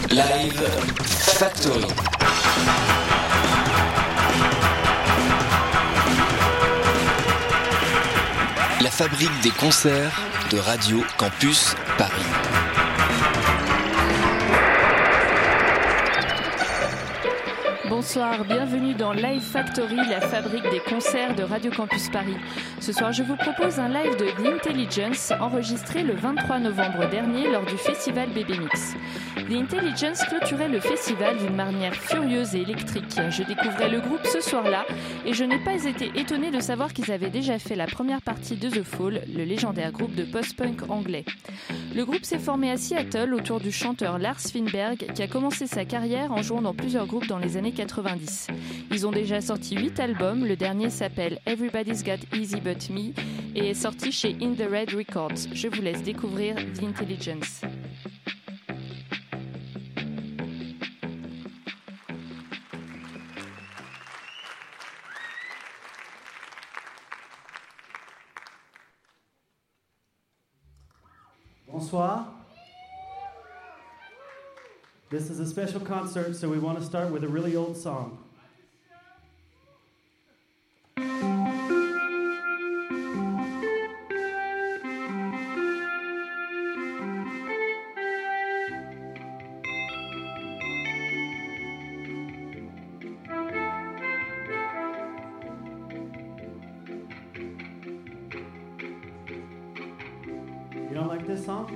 Live Factory. La fabrique des concerts de Radio Campus Paris. Bonsoir, bienvenue dans Live Factory, la fabrique des concerts de Radio Campus Paris. Ce soir, je vous propose un live de The Intelligence enregistré le 23 novembre dernier lors du festival Bébé Mix. The Intelligence clôturait le festival d'une manière furieuse et électrique. Je découvrais le groupe ce soir-là et je n'ai pas été étonnée de savoir qu'ils avaient déjà fait la première partie de The Fall, le légendaire groupe de post-punk anglais. Le groupe s'est formé à Seattle autour du chanteur Lars Finberg qui a commencé sa carrière en jouant dans plusieurs groupes dans les années 90. Ils ont déjà sorti 8 albums, le dernier s'appelle Everybody's Got Easy But Me et est sorti chez In The Red Records. Je vous laisse découvrir The Intelligence. Bonsoir. This is a special concert, so we want to start with a really old song. You don't like this song?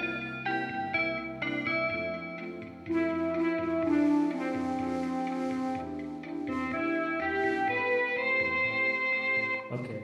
Okay.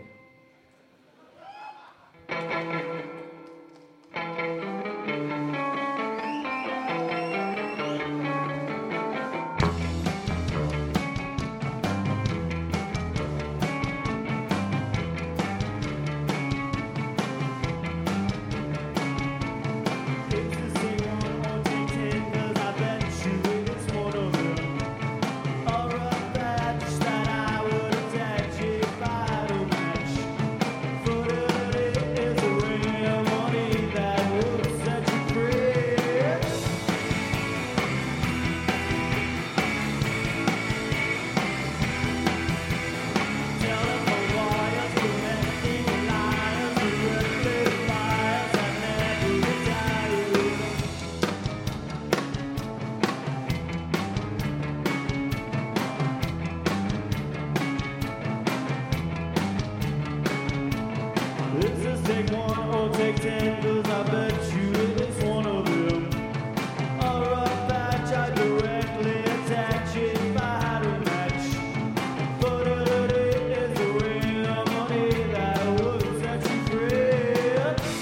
Take one or take 10, 'cause I bet you it's one of them. A rough patch, I directly attach it if I had a match. But it is the ring of money that would set you free.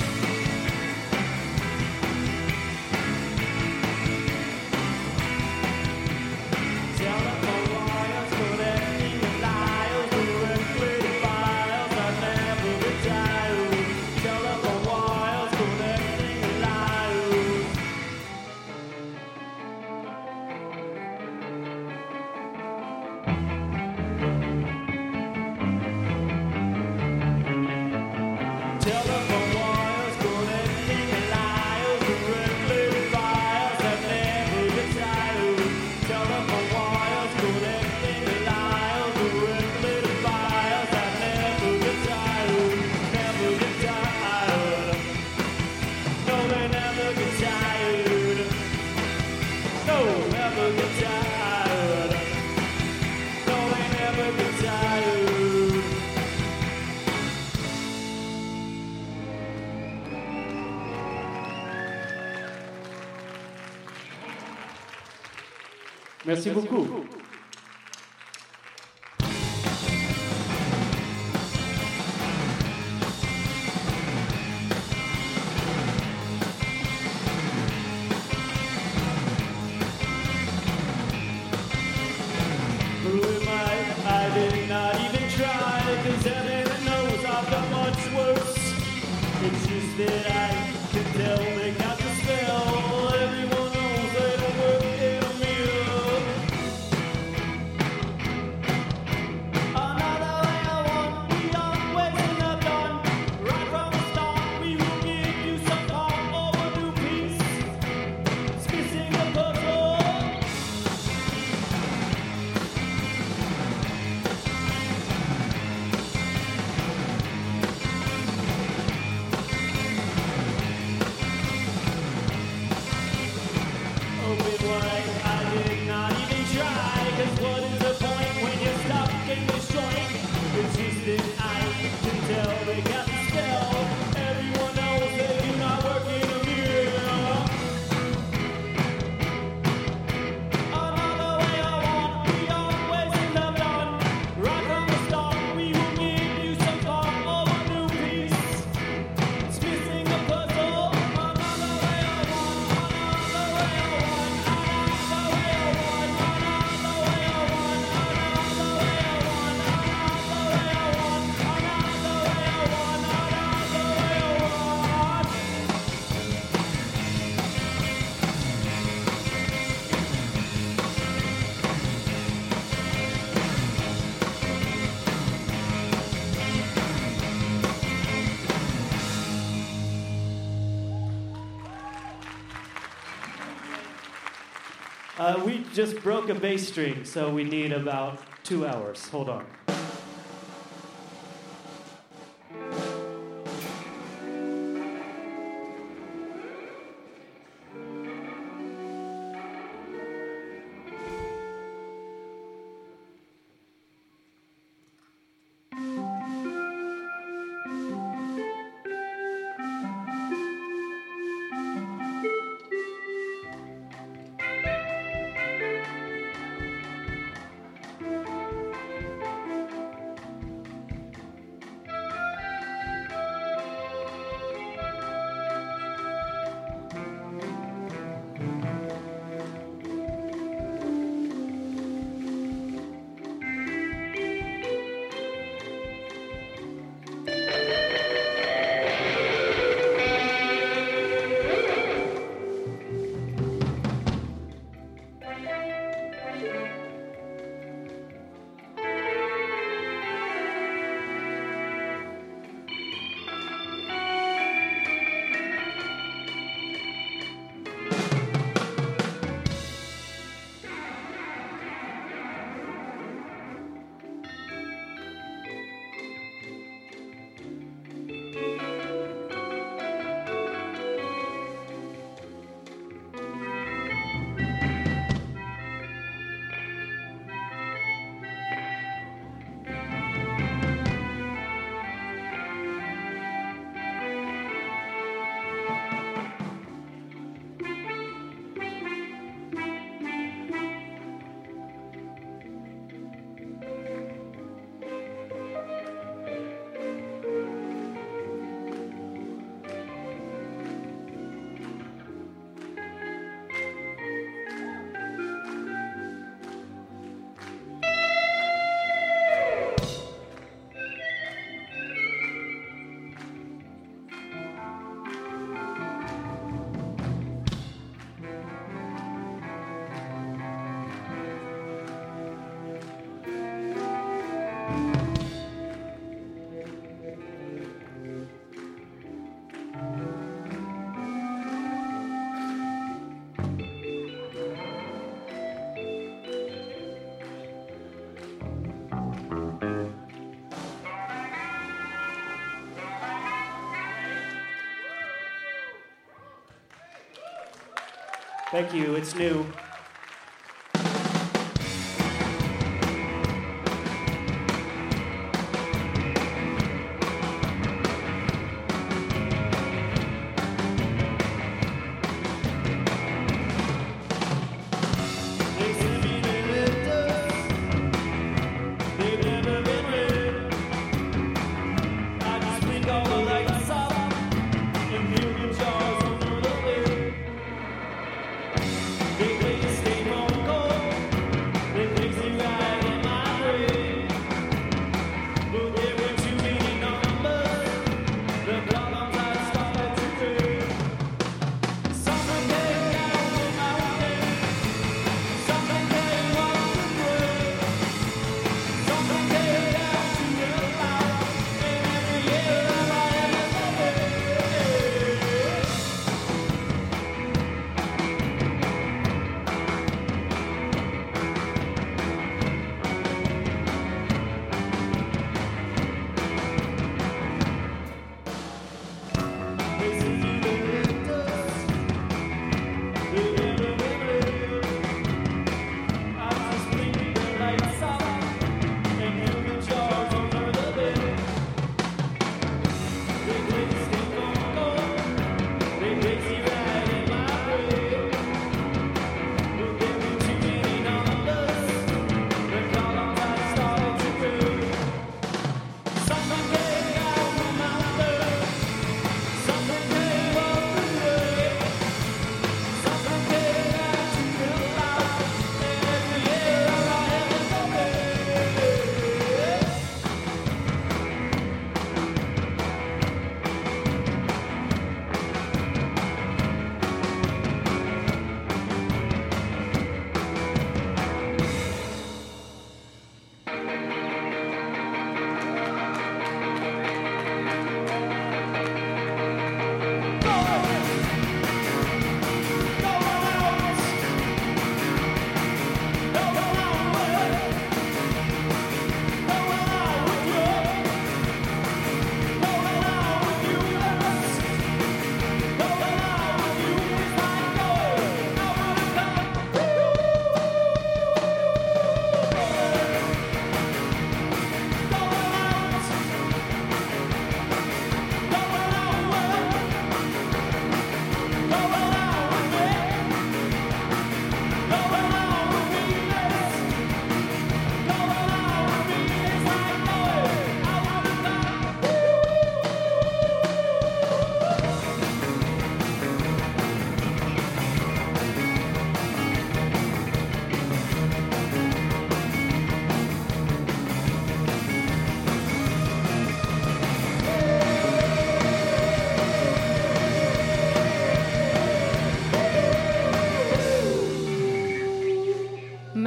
Telephone wires connecting the dials directly to files that never retire. Telephone wires connecting the dials. Telephone wires connecting the dials directly to files that never retire. Telephone wires connecting the dials directly to files that never retire. Never get tired. No, they never get tired. No, never get tired. No, they never get tired. Merci beaucoup. Who am I did not even try, 'cause heaven knows I've got much worse. It's just that I can tell they got the spell. Everyone knows they don't work in a mirror. We just broke a bass string, so we need about 2 hours. Hold on. Thank you, it's new. They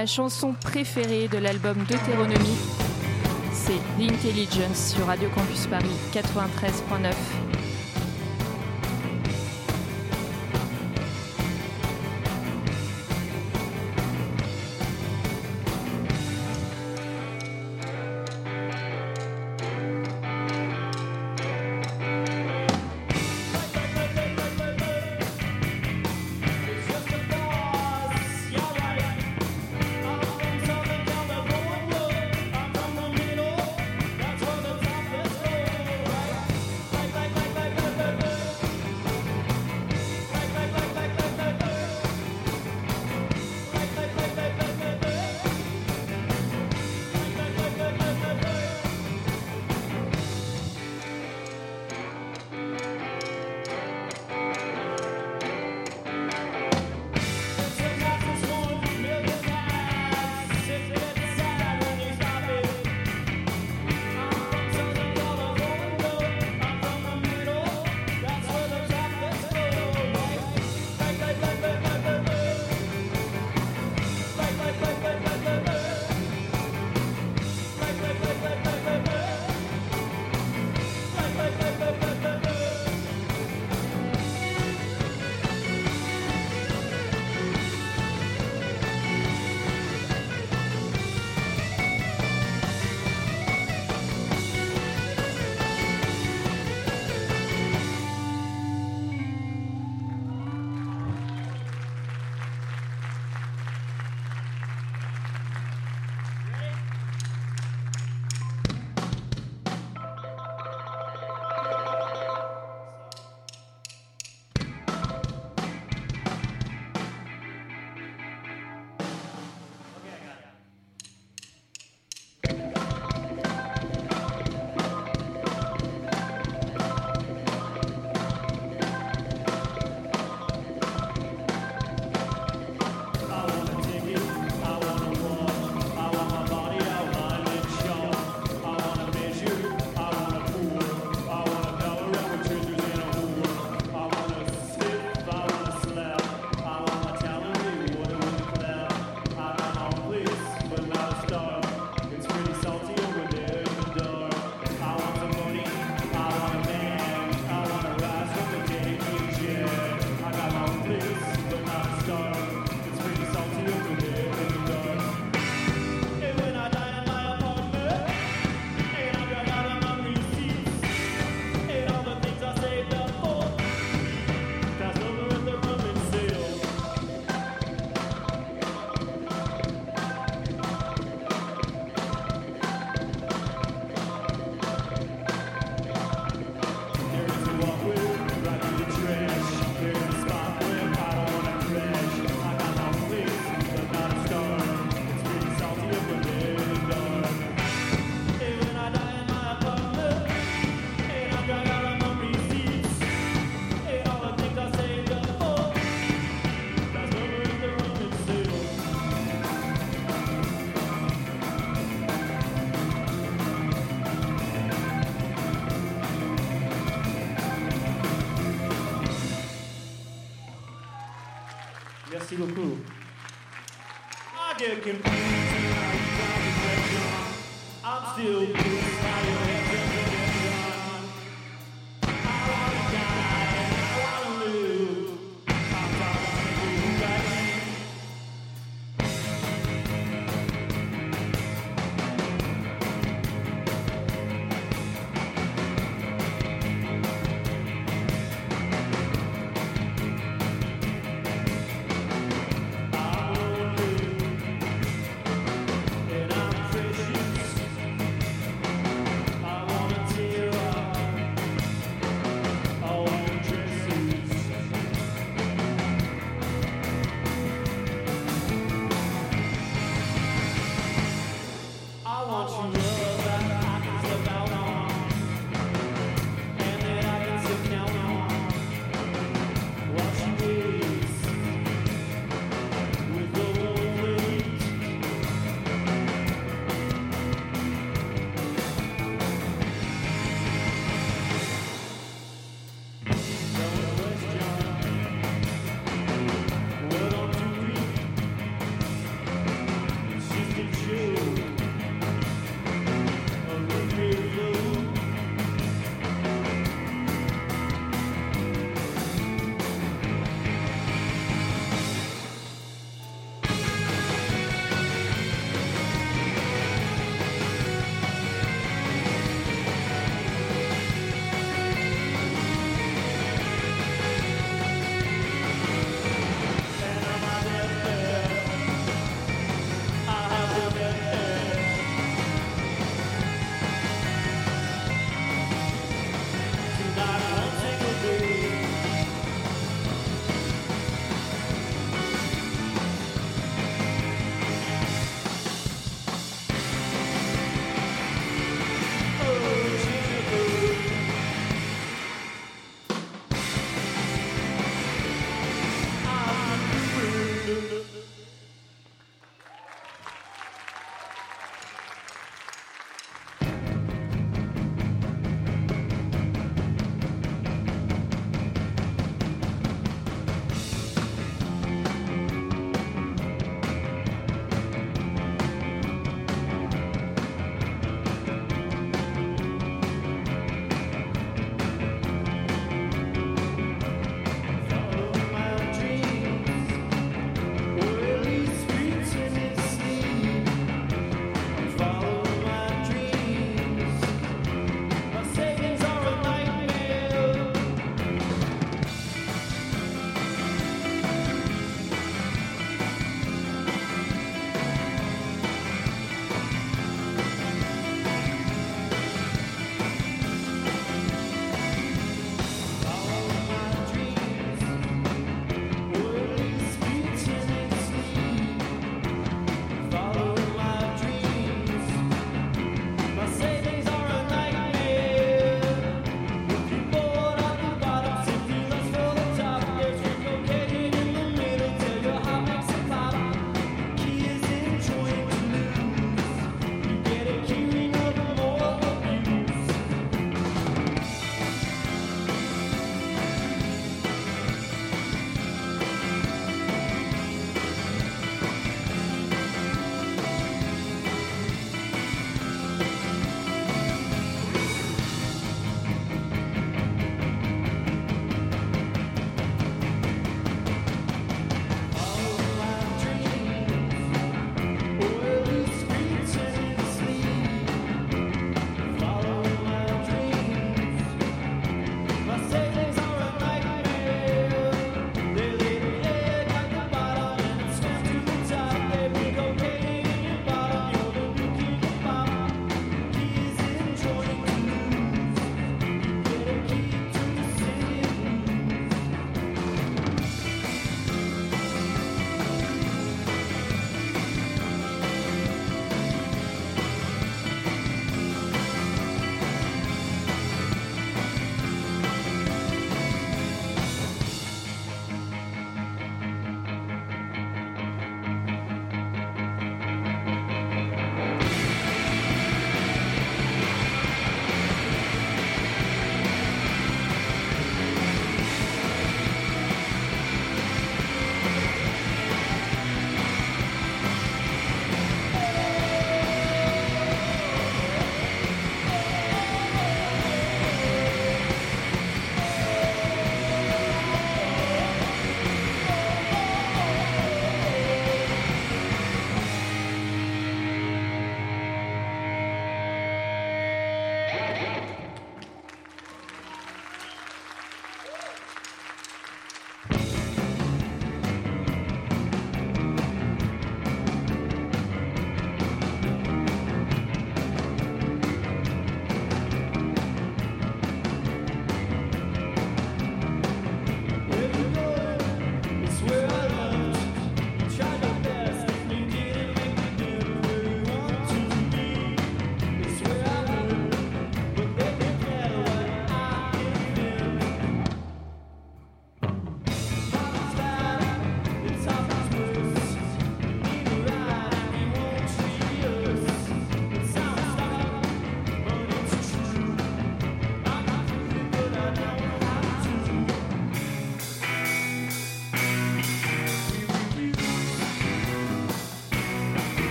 ma chanson préférée de l'album Deutéronomie. C'est The Intelligence sur Radio Campus Paris 93.9. Merci beaucoup. I get confused when I use I'm still blue, how your head I wanna die, I wanna live. I'm talking to you right now. And I'm precious.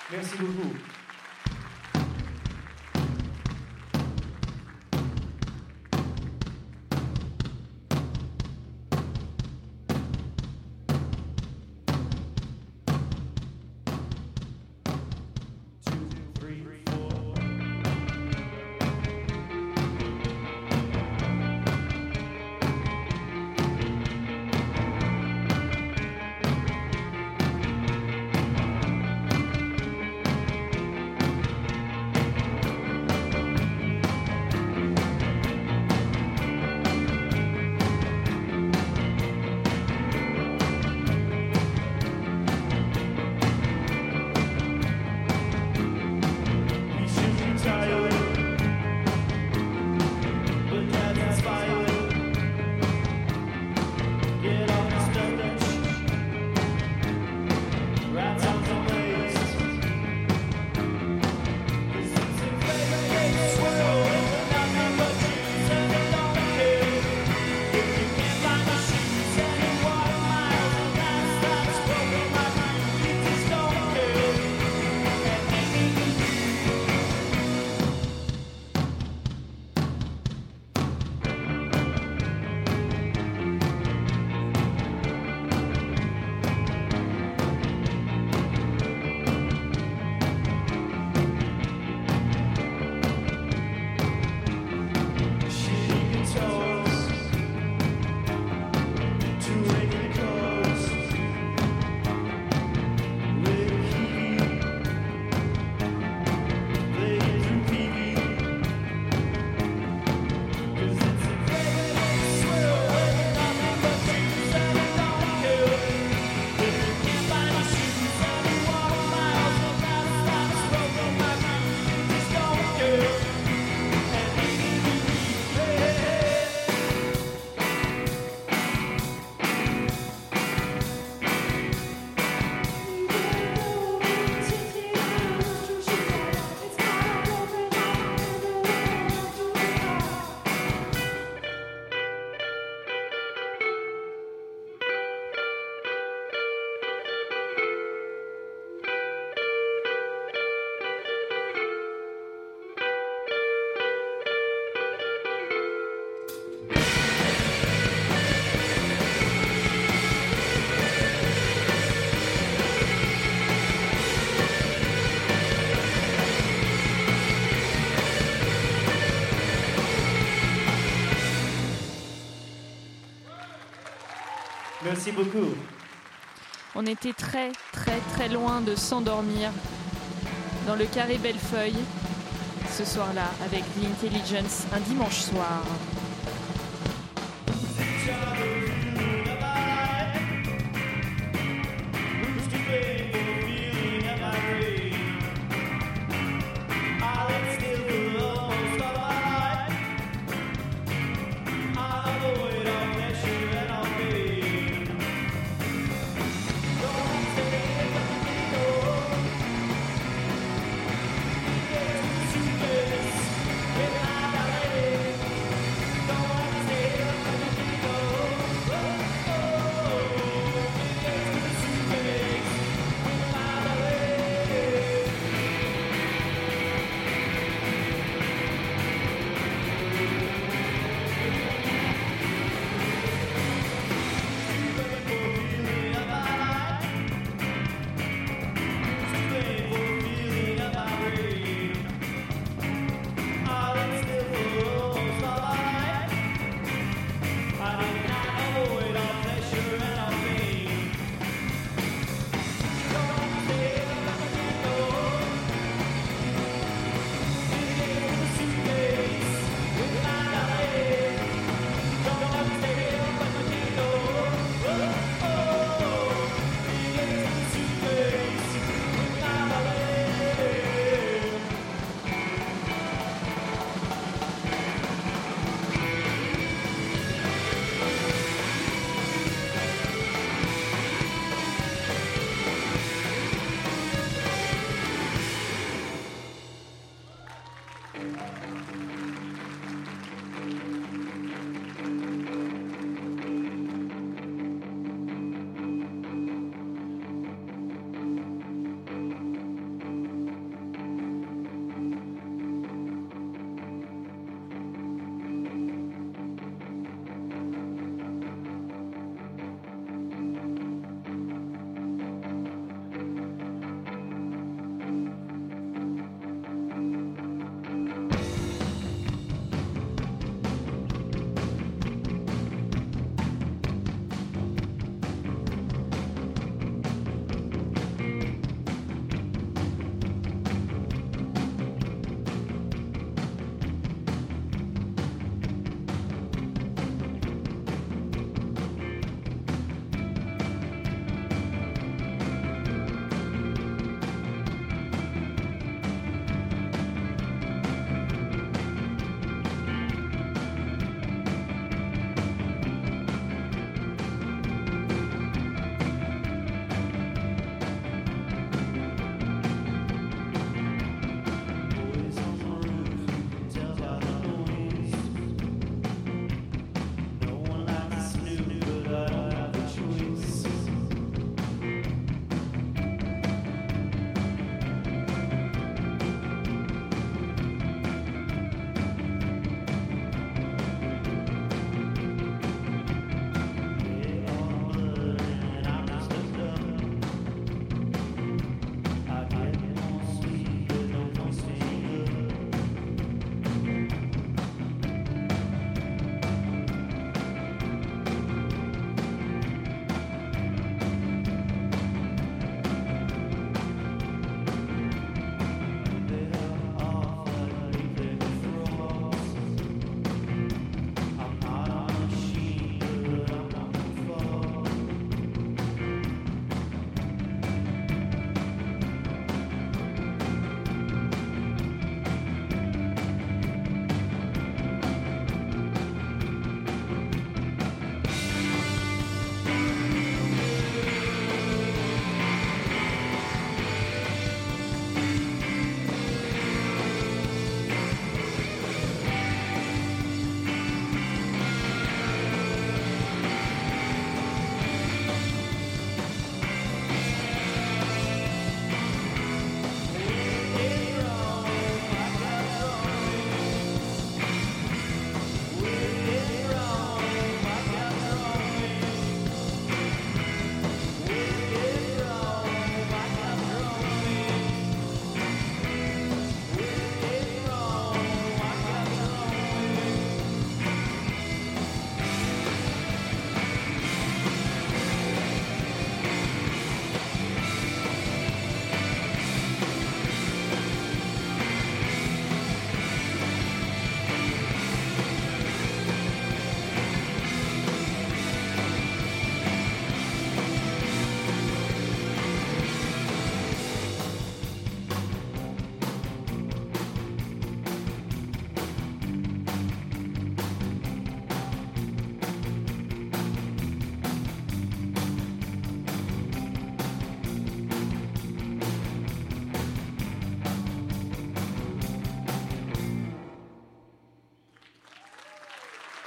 Merci beaucoup. Merci beaucoup. On était très très très loin de s'endormir dans le carré Bellefeuille ce soir-là avec The Intelligence un dimanche soir.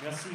Merci.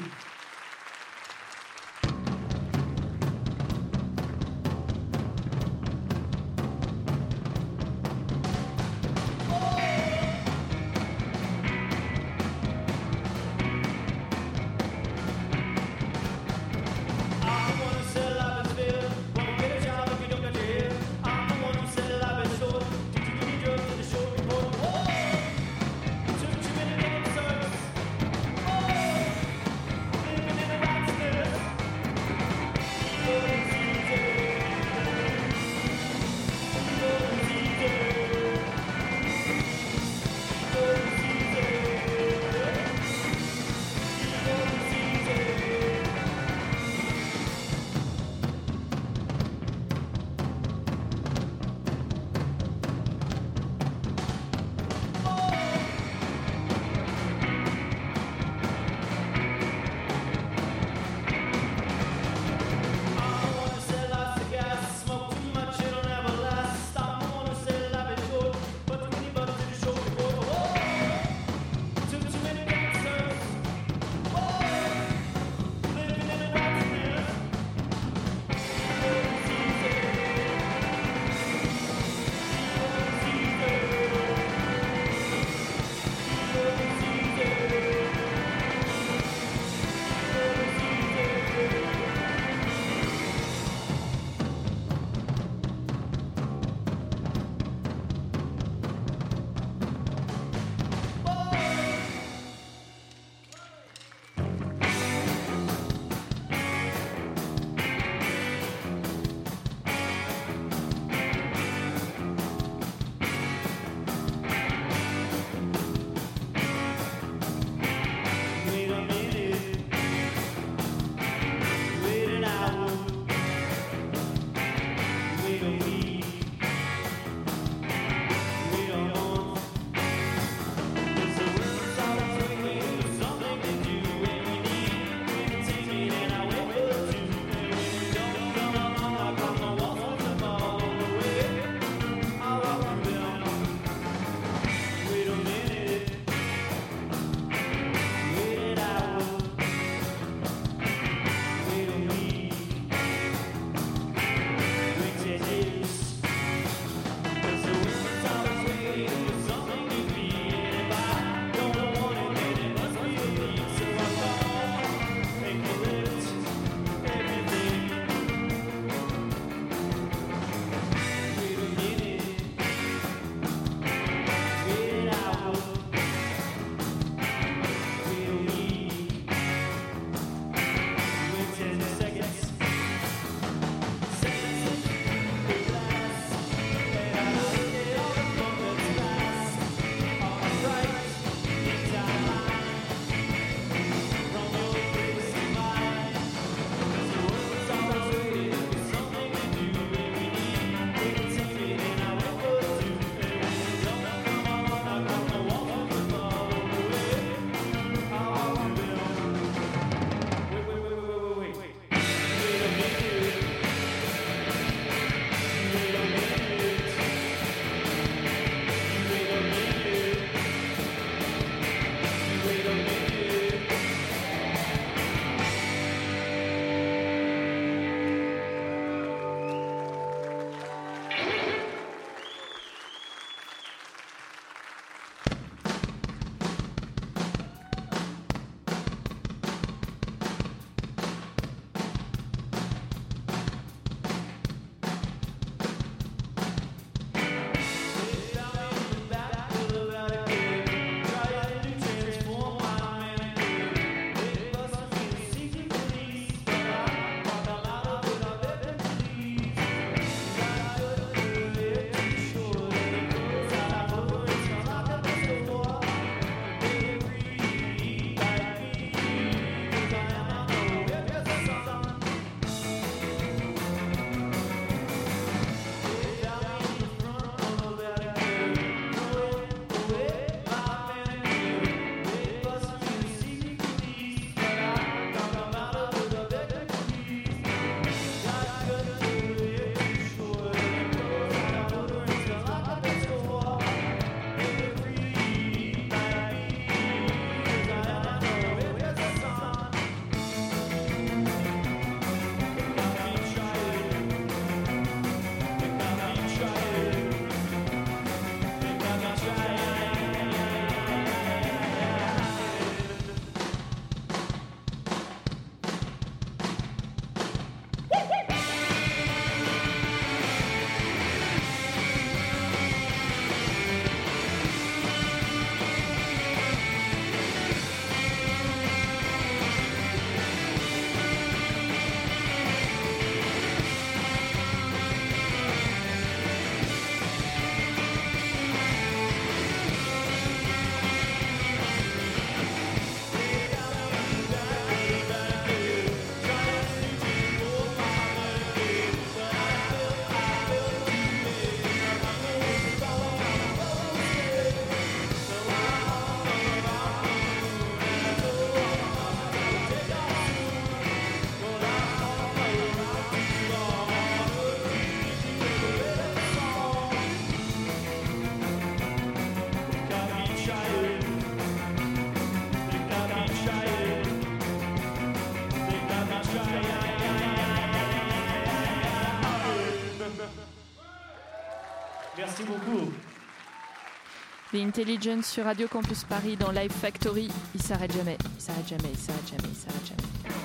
Merci beaucoup. The Intelligence sur Radio Campus Paris dans Live Factory. Il s'arrête jamais, il s'arrête jamais, il s'arrête jamais, il s'arrête jamais.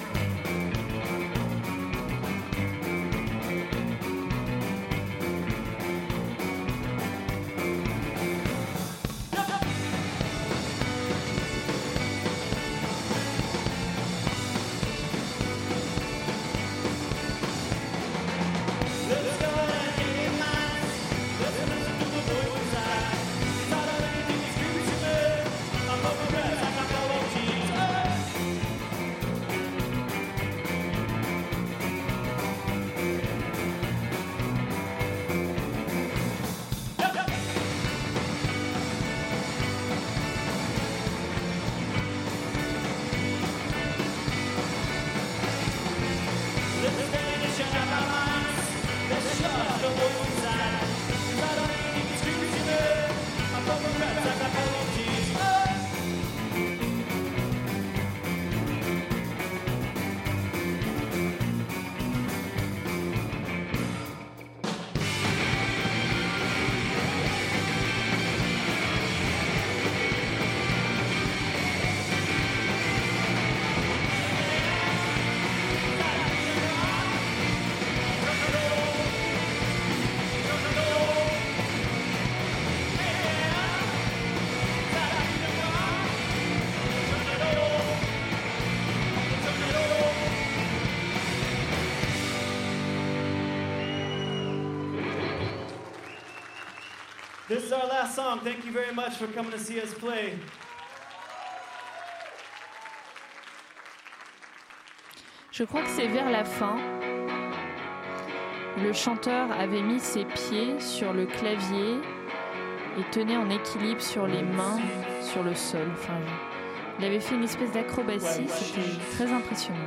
This is our last song. Thank you very much for coming to see us play. Je crois que c'est vers la fin. Le chanteur avait mis ses pieds sur le clavier et tenait en équilibre sur les mains sur le sol. Enfin, il avait fait une espèce d'acrobatie, c'était très impressionnant.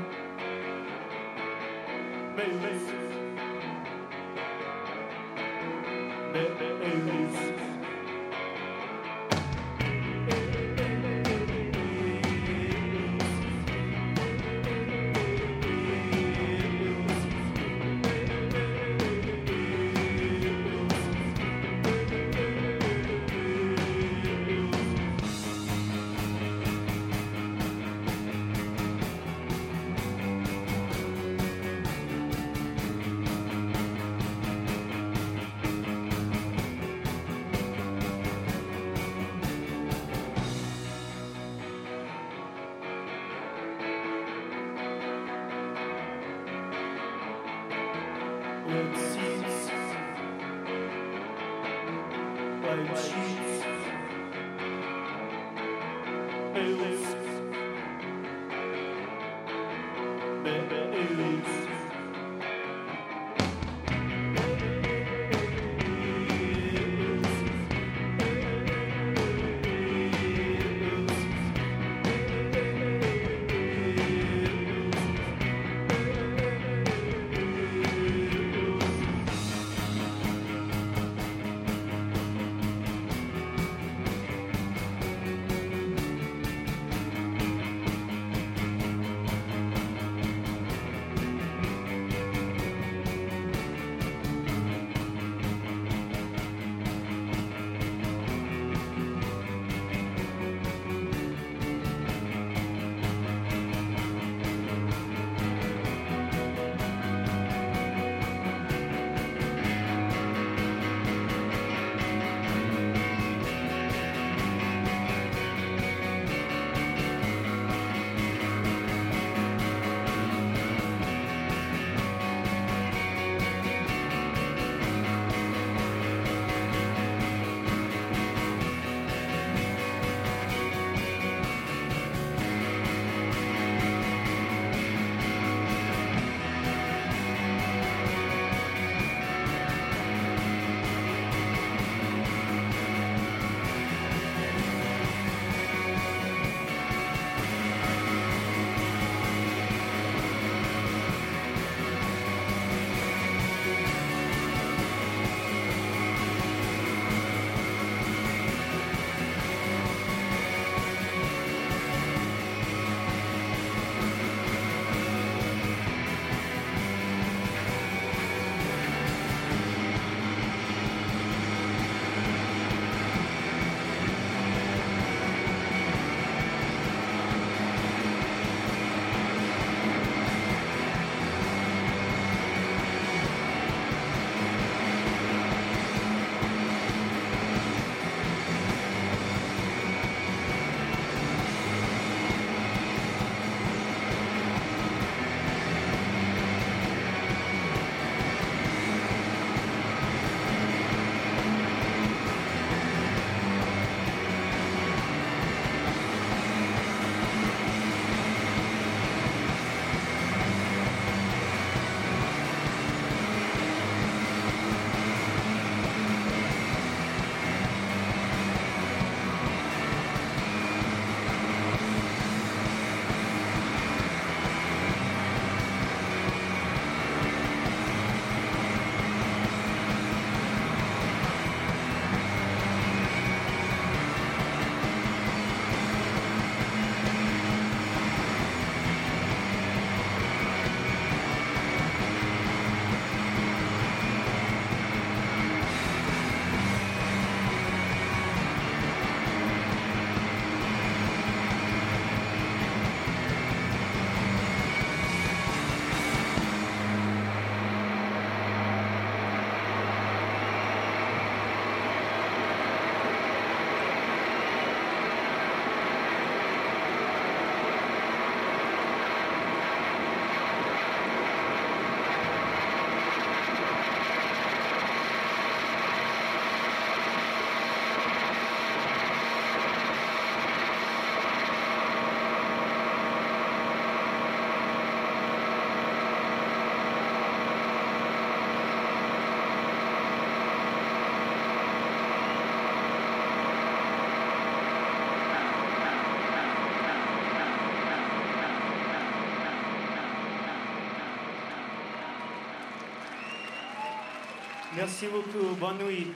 Merci beaucoup. Bonne nuit.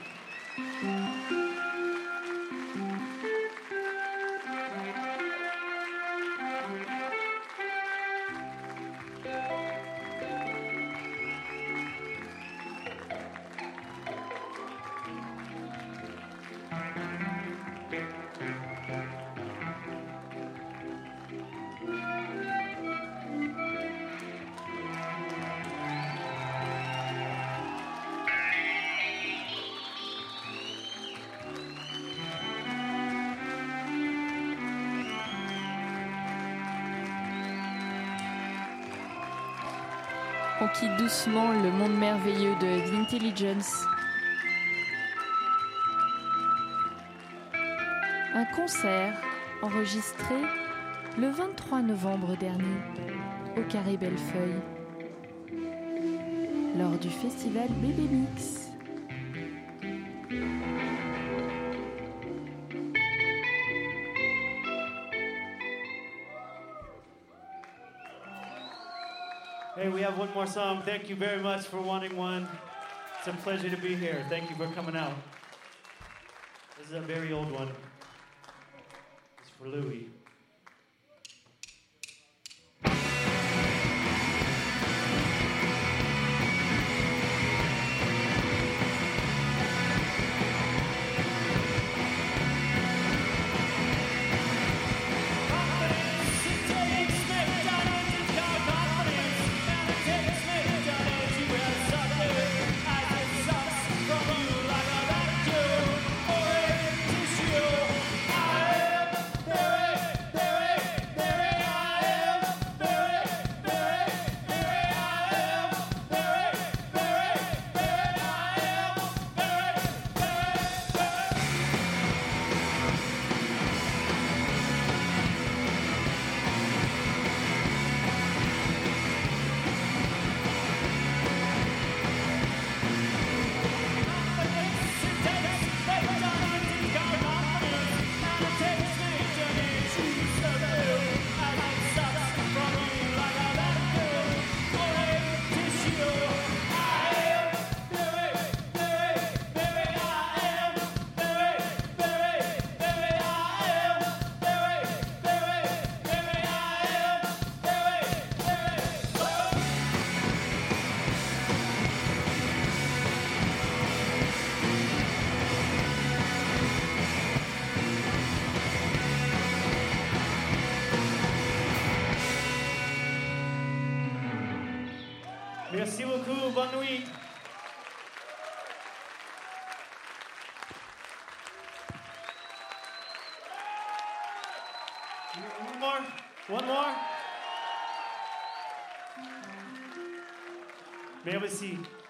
On quitte doucement le monde merveilleux de The Intelligence. Un concert enregistré le 23 novembre dernier au Carré Bellefeuille lors du festival Bébé Mix. Hey, we have one more song. Thank you very much for wanting one. It's a pleasure to be here. Thank you for coming out. This is a very old one. It's for Louis. Merci beaucoup. Bonne nuit. One more. One more. Merci.